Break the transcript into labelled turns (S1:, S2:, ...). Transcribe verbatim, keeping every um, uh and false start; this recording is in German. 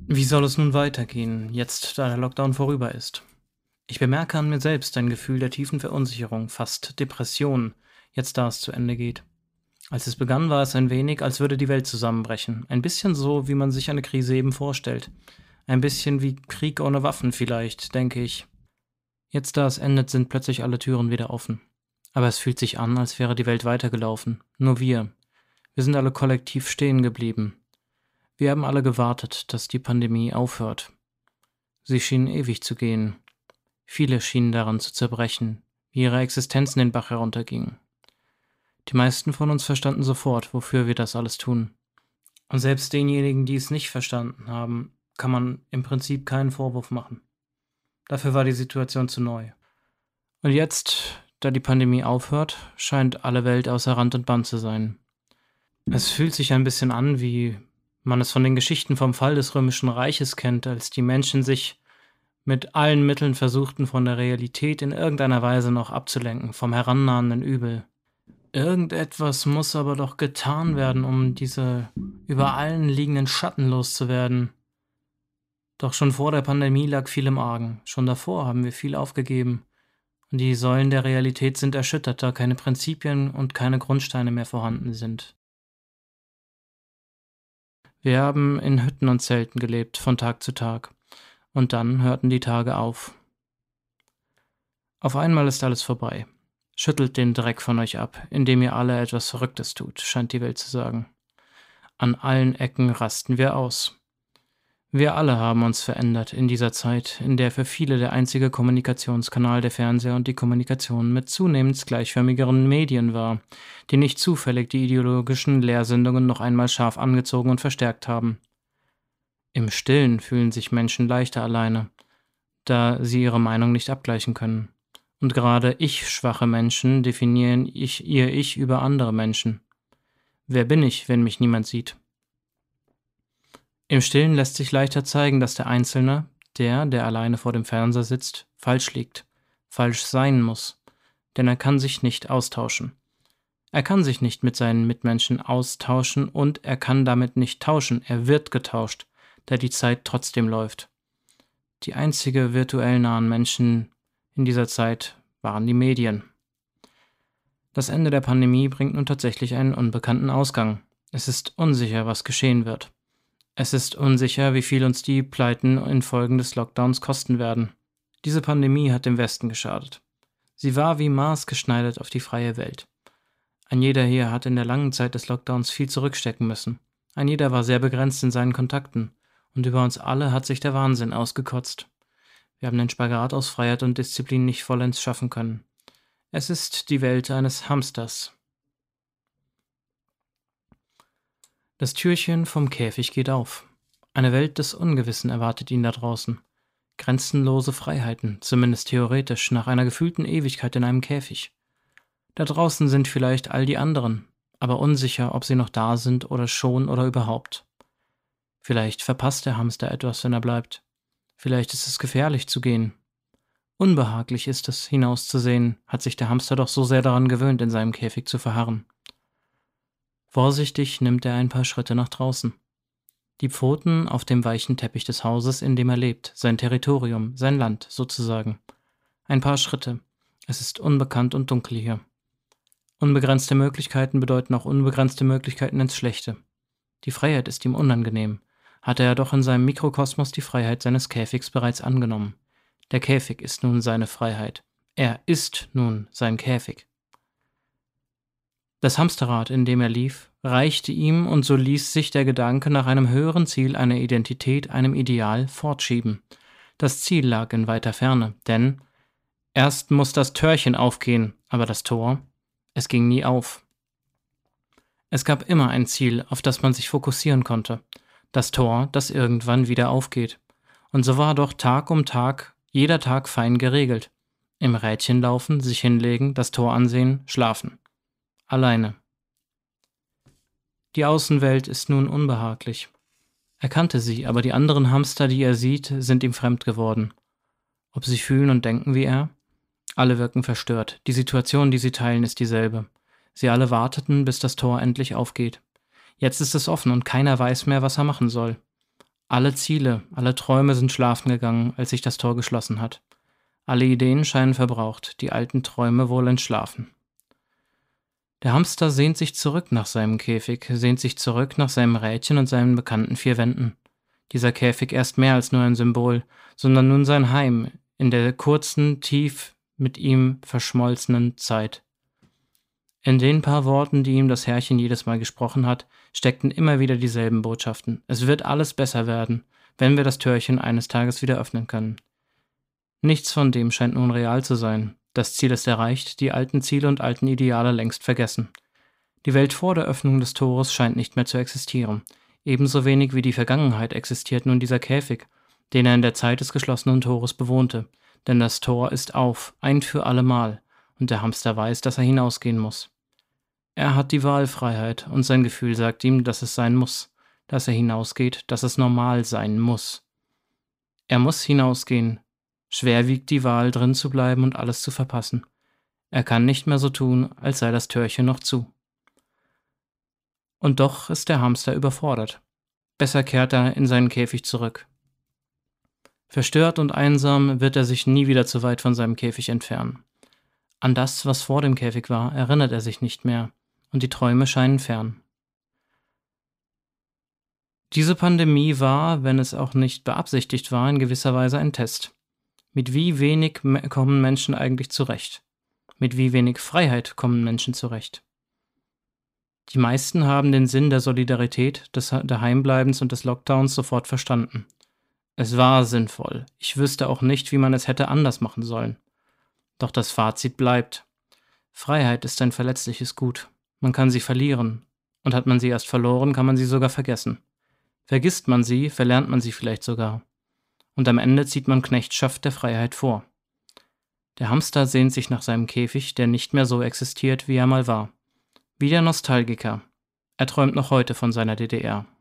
S1: Wie soll es nun weitergehen, jetzt da der Lockdown vorüber ist? Ich bemerke an mir selbst ein Gefühl der tiefen Verunsicherung, fast Depression, jetzt da es zu Ende geht. Als es begann, war es ein wenig, als würde die Welt zusammenbrechen. Ein bisschen so, wie man sich eine Krise eben vorstellt. Ein bisschen wie Krieg ohne Waffen vielleicht, denke ich. Jetzt da es endet, sind plötzlich alle Türen wieder offen. Aber es fühlt sich an, als wäre die Welt weitergelaufen. Nur wir. Wir sind alle kollektiv stehen geblieben. Wir haben alle gewartet, dass die Pandemie aufhört. Sie schien ewig zu gehen. Viele schienen daran zu zerbrechen, wie ihre Existenzen den Bach heruntergingen. Die meisten von uns verstanden sofort, wofür wir das alles tun. Und selbst denjenigen, die es nicht verstanden haben, kann man im Prinzip keinen Vorwurf machen. Dafür war die Situation zu neu. Und jetzt, da die Pandemie aufhört, scheint alle Welt außer Rand und Band zu sein. Es fühlt sich ein bisschen an, wie man es von den Geschichten vom Fall des Römischen Reiches kennt, als die Menschen sich mit allen Mitteln versuchten, von der Realität in irgendeiner Weise noch abzulenken, vom herannahenden Übel. Irgendetwas muss aber doch getan werden, um diese über allen liegenden Schatten loszuwerden. Doch schon vor der Pandemie lag viel im Argen. Schon davor haben wir viel aufgegeben. Und die Säulen der Realität sind erschüttert, da keine Prinzipien und keine Grundsteine mehr vorhanden sind. Wir haben in Hütten und Zelten gelebt, von Tag zu Tag. Und dann hörten die Tage auf. Auf einmal ist alles vorbei. Schüttelt den Dreck von euch ab, indem ihr alle etwas Verrücktes tut, scheint die Welt zu sagen. An allen Ecken rasten wir aus. Wir alle haben uns verändert in dieser Zeit, in der für viele der einzige Kommunikationskanal der Fernseher und die Kommunikation mit zunehmend gleichförmigeren Medien war, die nicht zufällig die ideologischen Lehrsendungen noch einmal scharf angezogen und verstärkt haben. Im Stillen fühlen sich Menschen leichter alleine, da sie ihre Meinung nicht abgleichen können. Und gerade ich-schwache Menschen definieren ich, ihr Ich über andere Menschen. Wer bin ich, wenn mich niemand sieht? Im Stillen lässt sich leichter zeigen, dass der Einzelne, der, der alleine vor dem Fernseher sitzt, falsch liegt, falsch sein muss, denn er kann sich nicht austauschen. Er kann sich nicht mit seinen Mitmenschen austauschen und er kann damit nicht tauschen, er wird getauscht, da die Zeit trotzdem läuft. Die einzige virtuell nahen Menschen in dieser Zeit waren die Medien. Das Ende der Pandemie bringt nun tatsächlich einen unbekannten Ausgang. Es ist unsicher, was geschehen wird. Es ist unsicher, wie viel uns die Pleiten infolgen des Lockdowns kosten werden. Diese Pandemie hat dem Westen geschadet. Sie war wie maßgeschneidert auf die freie Welt. Ein jeder hier hat in der langen Zeit des Lockdowns viel zurückstecken müssen. Ein jeder war sehr begrenzt in seinen Kontakten. Und über uns alle hat sich der Wahnsinn ausgekotzt. Wir haben den Spagat aus Freiheit und Disziplin nicht vollends schaffen können. Es ist die Welt eines Hamsters. Das Türchen vom Käfig geht auf. Eine Welt des Ungewissen erwartet ihn da draußen. Grenzenlose Freiheiten, zumindest theoretisch, nach einer gefühlten Ewigkeit in einem Käfig. Da draußen sind vielleicht all die anderen, aber unsicher, ob sie noch da sind oder schon oder überhaupt. Vielleicht verpasst der Hamster etwas, wenn er bleibt. Vielleicht ist es gefährlich zu gehen. Unbehaglich ist es, hinauszusehen, hat sich der Hamster doch so sehr daran gewöhnt, in seinem Käfig zu verharren. Vorsichtig nimmt er ein paar Schritte nach draußen. Die Pfoten auf dem weichen Teppich des Hauses, in dem er lebt, sein Territorium, sein Land sozusagen. Ein paar Schritte. Es ist unbekannt und dunkel hier. Unbegrenzte Möglichkeiten bedeuten auch unbegrenzte Möglichkeiten ins Schlechte. Die Freiheit ist ihm unangenehm. Hatte er doch in seinem Mikrokosmos die Freiheit seines Käfigs bereits angenommen. Der Käfig ist nun seine Freiheit. Er ist nun sein Käfig. Das Hamsterrad, in dem er lief, reichte ihm und so ließ sich der Gedanke nach einem höheren Ziel, einer Identität, einem Ideal fortschieben. Das Ziel lag in weiter Ferne, denn erst muss das Türchen aufgehen, aber das Tor, es ging nie auf. Es gab immer ein Ziel, auf das man sich fokussieren konnte. Das Tor, das irgendwann wieder aufgeht. Und so war doch Tag um Tag, jeder Tag fein geregelt. Im Rädchen laufen, sich hinlegen, das Tor ansehen, schlafen. Alleine. Die Außenwelt ist nun unbehaglich. Er kannte sie, aber die anderen Hamster, die er sieht, sind ihm fremd geworden. Ob sie fühlen und denken wie er? Alle wirken verstört. Die Situation, die sie teilen, ist dieselbe. Sie alle warteten, bis das Tor endlich aufgeht. Jetzt ist es offen und keiner weiß mehr, was er machen soll. Alle Ziele, alle Träume sind schlafen gegangen, als sich das Tor geschlossen hat. Alle Ideen scheinen verbraucht, die alten Träume wohl entschlafen. Der Hamster sehnt sich zurück nach seinem Käfig, sehnt sich zurück nach seinem Rädchen und seinen bekannten vier Wänden. Dieser Käfig erst mehr als nur ein Symbol, sondern nun sein Heim in der kurzen, tief mit ihm verschmolzenen Zeit. In den paar Worten, die ihm das Herrchen jedes Mal gesprochen hat, steckten immer wieder dieselben Botschaften. Es wird alles besser werden, wenn wir das Türchen eines Tages wieder öffnen können. Nichts von dem scheint nun real zu sein. Das Ziel ist erreicht, die alten Ziele und alten Ideale längst vergessen. Die Welt vor der Öffnung des Tores scheint nicht mehr zu existieren. Ebenso wenig wie die Vergangenheit existiert nun dieser Käfig, den er in der Zeit des geschlossenen Tores bewohnte. Denn das Tor ist auf, ein für allemal, und der Hamster weiß, dass er hinausgehen muss. Er hat die Wahlfreiheit und sein Gefühl sagt ihm, dass es sein muss, dass er hinausgeht, dass es normal sein muss. Er muss hinausgehen. Schwer wiegt die Wahl, drin zu bleiben und alles zu verpassen. Er kann nicht mehr so tun, als sei das Türchen noch zu. Und doch ist der Hamster überfordert. Besser kehrt er in seinen Käfig zurück. Verstört und einsam wird er sich nie wieder zu weit von seinem Käfig entfernen. An das, was vor dem Käfig war, erinnert er sich nicht mehr, und die Träume scheinen fern. Diese Pandemie war, wenn es auch nicht beabsichtigt war, in gewisser Weise ein Test. Mit wie wenig kommen Menschen eigentlich zurecht? Mit wie wenig Freiheit kommen Menschen zurecht? Die meisten haben den Sinn der Solidarität, des Daheimbleibens und des Lockdowns sofort verstanden. Es war sinnvoll. Ich wüsste auch nicht, wie man es hätte anders machen sollen. Doch das Fazit bleibt. Freiheit ist ein verletzliches Gut. Man kann sie verlieren. Und hat man sie erst verloren, kann man sie sogar vergessen. Vergisst man sie, verlernt man sie vielleicht sogar. Und am Ende zieht man Knechtschaft der Freiheit vor. Der Hamster sehnt sich nach seinem Käfig, der nicht mehr so existiert, wie er mal war. Wie der Nostalgiker. Er träumt noch heute von seiner D D R.